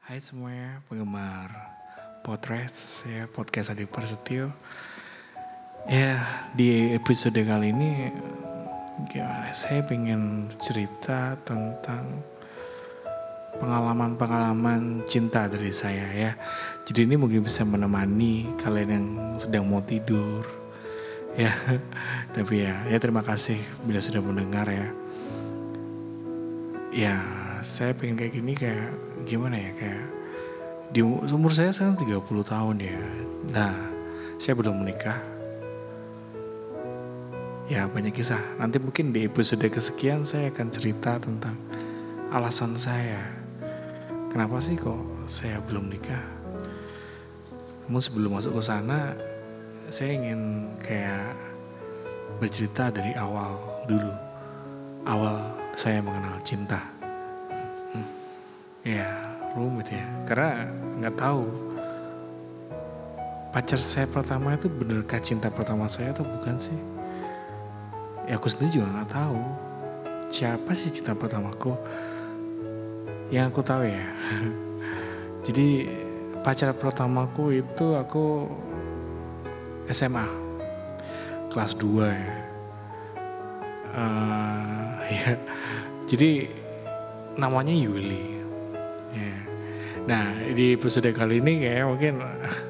Hai semuanya penggemar podcast Adi Prasetyo. Ya, di episode kali ini saya pengen cerita tentang pengalaman-pengalaman cinta dari saya ya. Jadi ini mungkin bisa menemani kalian yang sedang mau tidur. Ya, tapi ya terima kasih bila sudah mendengar ya. Ya, saya pengen kayak gini kayak gimana ya, kayak di umur saya sekarang 30 tahun ya. Nah, saya belum menikah. Ya, banyak kisah. Nanti mungkin di episode kesekian saya akan cerita tentang alasan saya. Kenapa sih kok saya belum nikah? Namun sebelum masuk ke sana, saya ingin kayak bercerita dari awal dulu. Awal saya mengenal cinta. Ya, rumit ya. Karena nggak tahu pacar saya pertama itu benerkah cinta pertama saya atau bukan sih? Ya aku sendiri juga nggak tahu siapa sih cinta pertamaku. Yang aku tahu ya, jadi pacar pertamaku itu aku SMA kelas 2 ya. Ya. Jadi namanya Yuli. Ya. Nah di episode kali ini kayak mungkin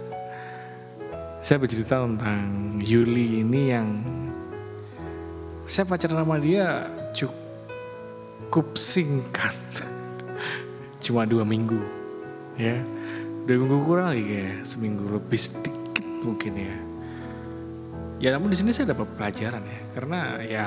saya bercerita tentang Yuli ini yang saya pacaran sama dia cukup singkat. Cuma 2 minggu ya. 2 minggu kurang lagi kayak seminggu lebih sedikit mungkin ya. Ya namun di sini saya dapat pelajaran ya. Karena ya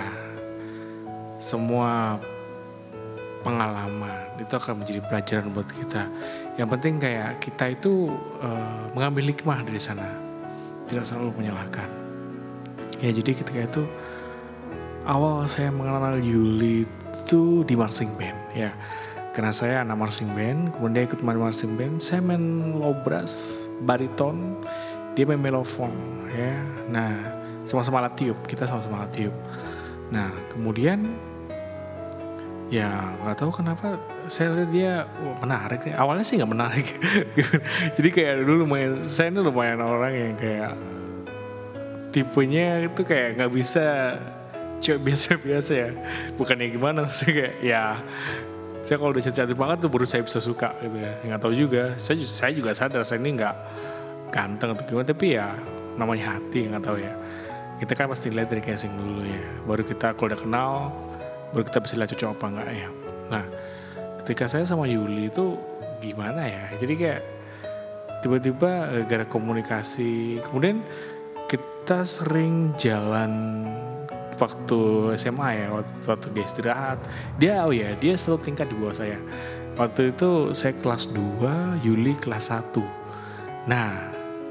semua pengalaman itu akan menjadi pelajaran buat kita. Yang penting kayak kita itu mengambil hikmah dari sana, tidak selalu menyalahkan. Ya jadi ketika itu awal saya mengenal Yuli itu di marching band ya. Karena saya anak marching band, kemudian ikut main marching band, saya main low brass, bariton, dia main melofon ya. Nah sama-sama alat tiup, kita sama-sama alat tiup. Nah kemudian ya nggak tahu kenapa saya lihat dia menarik nih. Awalnya sih nggak menarik. Jadi kayak dulu saya ini lumayan orang yang kayak tipenya itu kayak nggak bisa cewek biasa-biasa ya. Bukannya gimana sih kayak ya. Saya kalau udah cantik banget tuh baru saya bisa suka gitu ya. Nggak tahu juga. Saya juga sadar saya ini nggak ganteng atau gimana. Tapi ya namanya hati nggak tahu ya. Kita kan pasti lihat dari casing dulu ya. Baru kita kalau udah kenal baru kita bisa lihat cocok apa enggak ya. Nah ketika saya sama Yuli itu gimana ya, jadi kayak tiba-tiba gara komunikasi, kemudian kita sering jalan waktu SMA ya, waktu dia istirahat, dia selalu tingkat di bawah saya. Waktu itu saya kelas 2, Yuli kelas 1. Nah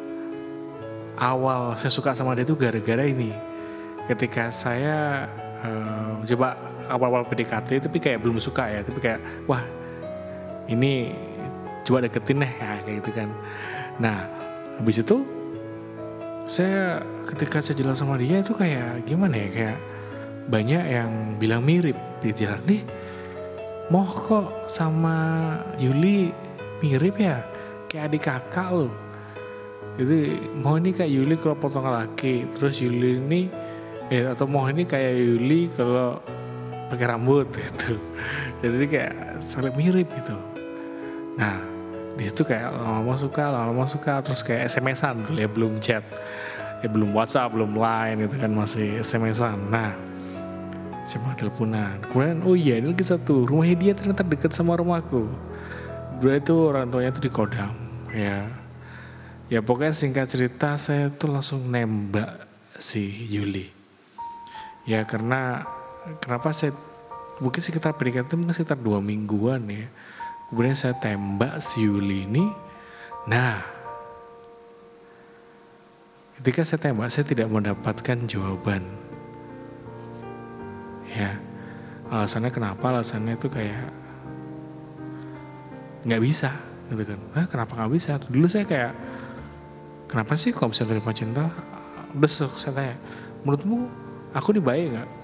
awal saya suka sama dia itu gara-gara ini, ketika saya coba awal-awal PDKT tapi kayak belum suka ya, tapi kayak wah ini coba deketin deh ya, kayak gitu kan. Nah habis itu saya ketika saya jalan sama dia itu kayak gimana ya, kayak banyak yang bilang mirip di jalan nih. Moh kok sama Yuli mirip ya, kayak adik kakak loh. Itu Moh ini kayak Yuli kalau potong laki, terus Yuli ini atau Moh ini kayak Yuli kalau pakai rambut gitu. Jadi kayak saling mirip gitu. Nah di situ kayak lama-lama suka, terus kayak SMS-an dulu ya, belum chat ya, belum WhatsApp, belum Line gitu kan, masih SMS-an. Nah cuma teleponan. Kemudian oh iya ini lagi satu, rumahnya dia ternyata dekat sama rumahku. Dua itu orang tuanya itu di Kodam ya. Ya pokoknya singkat cerita saya tuh langsung nembak si Yuli. Ya karena kenapa saya mungkin sekitar PDKT mungkin sekitar 2 mingguan ya. Kemudian saya tembak si Yuli ini. Nah ketika saya tembak saya tidak mendapatkan jawaban. Ya alasannya kenapa? Alasannya itu kayak nggak bisa gitu kan. Kenapa nggak bisa? Dulu saya kayak kenapa sih kalau bisa terima cinta? Udah saya tanya, menurutmu aku nih baik nggak?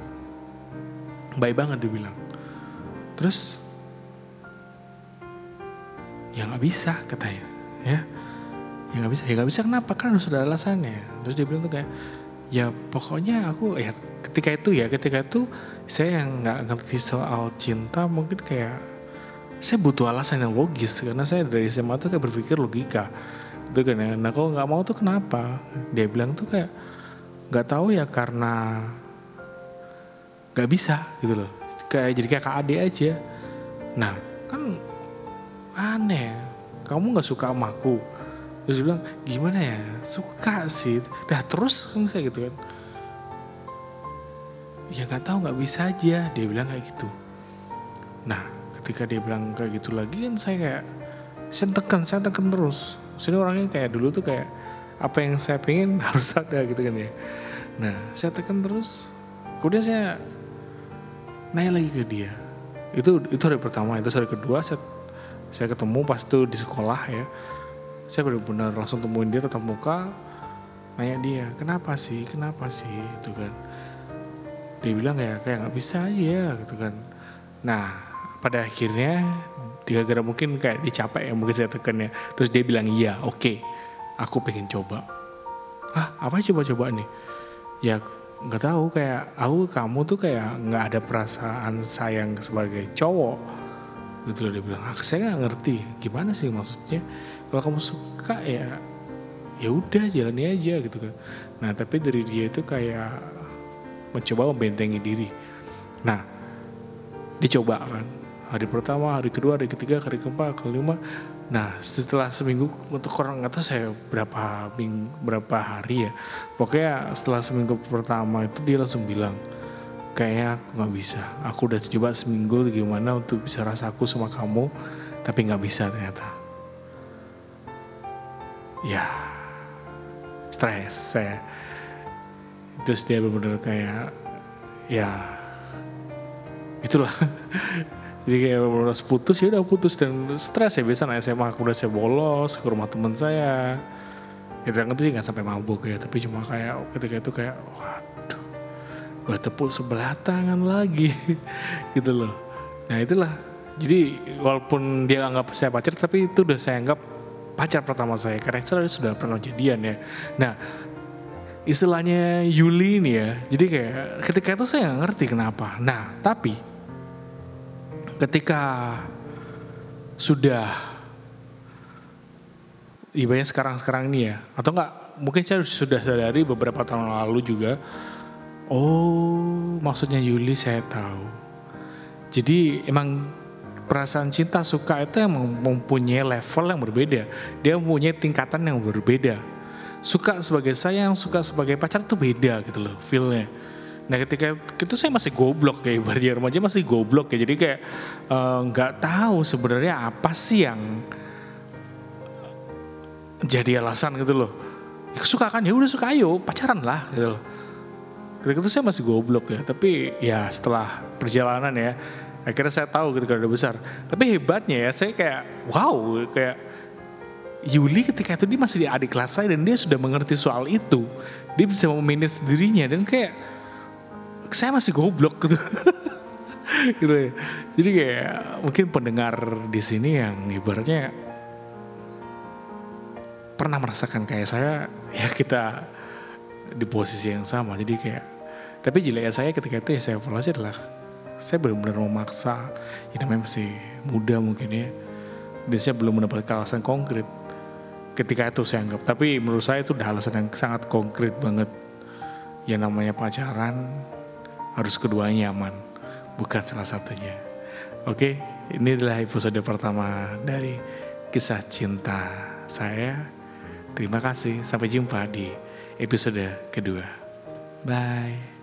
Baik banget dibilang. Terus ya nggak bisa katanya, ya nggak bisa kenapa, kan harus ada alasannya. Terus dia bilang tuh kayak, ya pokoknya aku ya ketika itu saya yang nggak ngerti soal cinta, mungkin kayak saya butuh alasan yang logis karena saya dari SMA tuh kayak berpikir logika gitu kan ya. Nah kalau nggak mau tuh kenapa? Dia bilang tuh kayak nggak tahu ya, karena nggak bisa gitu loh, kayak jadi kayak KAD aja. Nah kan aneh, kamu nggak suka sama aku. Terus dia bilang gimana ya, suka sih, dah terus kan saya gitu kan, ya nggak tahu, nggak bisa aja, dia bilang kayak gitu. Nah ketika dia bilang kayak gitu lagi kan saya tekan terus. Sini orangnya kayak dulu tuh kayak apa yang saya pengen harus ada gitu kan ya. Nah saya tekan terus, kemudian saya nanya lagi ke dia. Itu hari pertama. Itu hari kedua saya ketemu pas itu di sekolah ya. Saya benar-benar langsung temuin dia tatap muka, nanya dia kenapa sih itu kan. Dia bilang kayak nggak bisa aja gitu kan. Nah pada akhirnya gara-gara mungkin kayak dia capek ya, mungkin saya tekan ya. Terus dia bilang iya, oke, aku pengen coba. Apa coba-coba nih? Ya nggak tahu, kayak kamu tuh kayak nggak ada perasaan sayang sebagai cowok gitu loh. Dia bilang saya nggak ngerti gimana sih maksudnya, kalau kamu suka ya udah jalani aja gitu kan. Nah tapi dari dia itu kayak mencoba membentengi diri. Nah dicoba kan, hari pertama, hari kedua, hari ketiga, hari keempat, kelima. Nah setelah seminggu, untuk orang nggak tahu saya berapa hari ya, pokoknya setelah seminggu pertama itu dia langsung bilang kayaknya aku nggak bisa, aku udah coba seminggu gimana untuk bisa rasa aku sama kamu, tapi nggak bisa ternyata. Ya stres saya. Terus dia benar-benar kayak ya itulah. Jadi kayak bener-bener putus, ya udah putus, dan stres ya. Biasa anak SMA udah saya bolos ke rumah teman saya. Ya ternyata sih gak sampai mabuk ya, tapi cuma kayak ketika itu kayak waduh, bertepuk sebelah tangan lagi gitu loh. Nah itulah, jadi walaupun dia anggap saya pacar, tapi itu udah saya anggap pacar pertama saya, karena saya sudah pernah jadian ya. Nah istilahnya Yuli ini ya, jadi kayak ketika itu saya gak ngerti kenapa. Nah tapi ketika sudah ibaratnya sekarang ini ya, atau enggak, mungkin saya sudah sadari beberapa tahun lalu juga, oh maksudnya Yuli saya tahu. Jadi emang perasaan cinta suka itu yang mempunyai level yang berbeda, dia mempunyai tingkatan yang berbeda. Suka sebagai sayang, suka sebagai pacar itu beda gitu loh feelnya. Nah ketika itu saya masih goblok, kayak ibaratnya remaja masih goblok ya, jadi kayak nggak tahu sebenarnya apa sih yang jadi alasan gitu loh. Suka kan, ya udah suka, ayo pacaran lah gitu loh. Ketika itu saya masih goblok ya, tapi ya setelah perjalanan ya akhirnya saya tahu ketika udah besar. Tapi hebatnya ya, saya kayak wow, kayak Yuli ketika itu dia masih di adik kelas saya dan dia sudah mengerti soal itu. Dia bisa memanage dirinya, dan kayak saya masih goblok gitu. Gitu ya. Jadi kayak mungkin pendengar di sini yang ibaratnya pernah merasakan kayak saya, ya kita di posisi yang sama. Jadi kayak, tapi jeleknya saya ketika itu ya saya evaluasi adalah saya benar-benar memaksa. Ya namanya masih muda mungkin ya, dan saya belum mendapatkan alasan konkret ketika itu saya anggap. Tapi menurut saya itu udah alasan yang sangat konkret banget. Yang namanya pacaran harus keduanya nyaman, bukan salah satunya. Oke, ini adalah episode pertama dari kisah cinta saya. Terima kasih, sampai jumpa di episode kedua. Bye.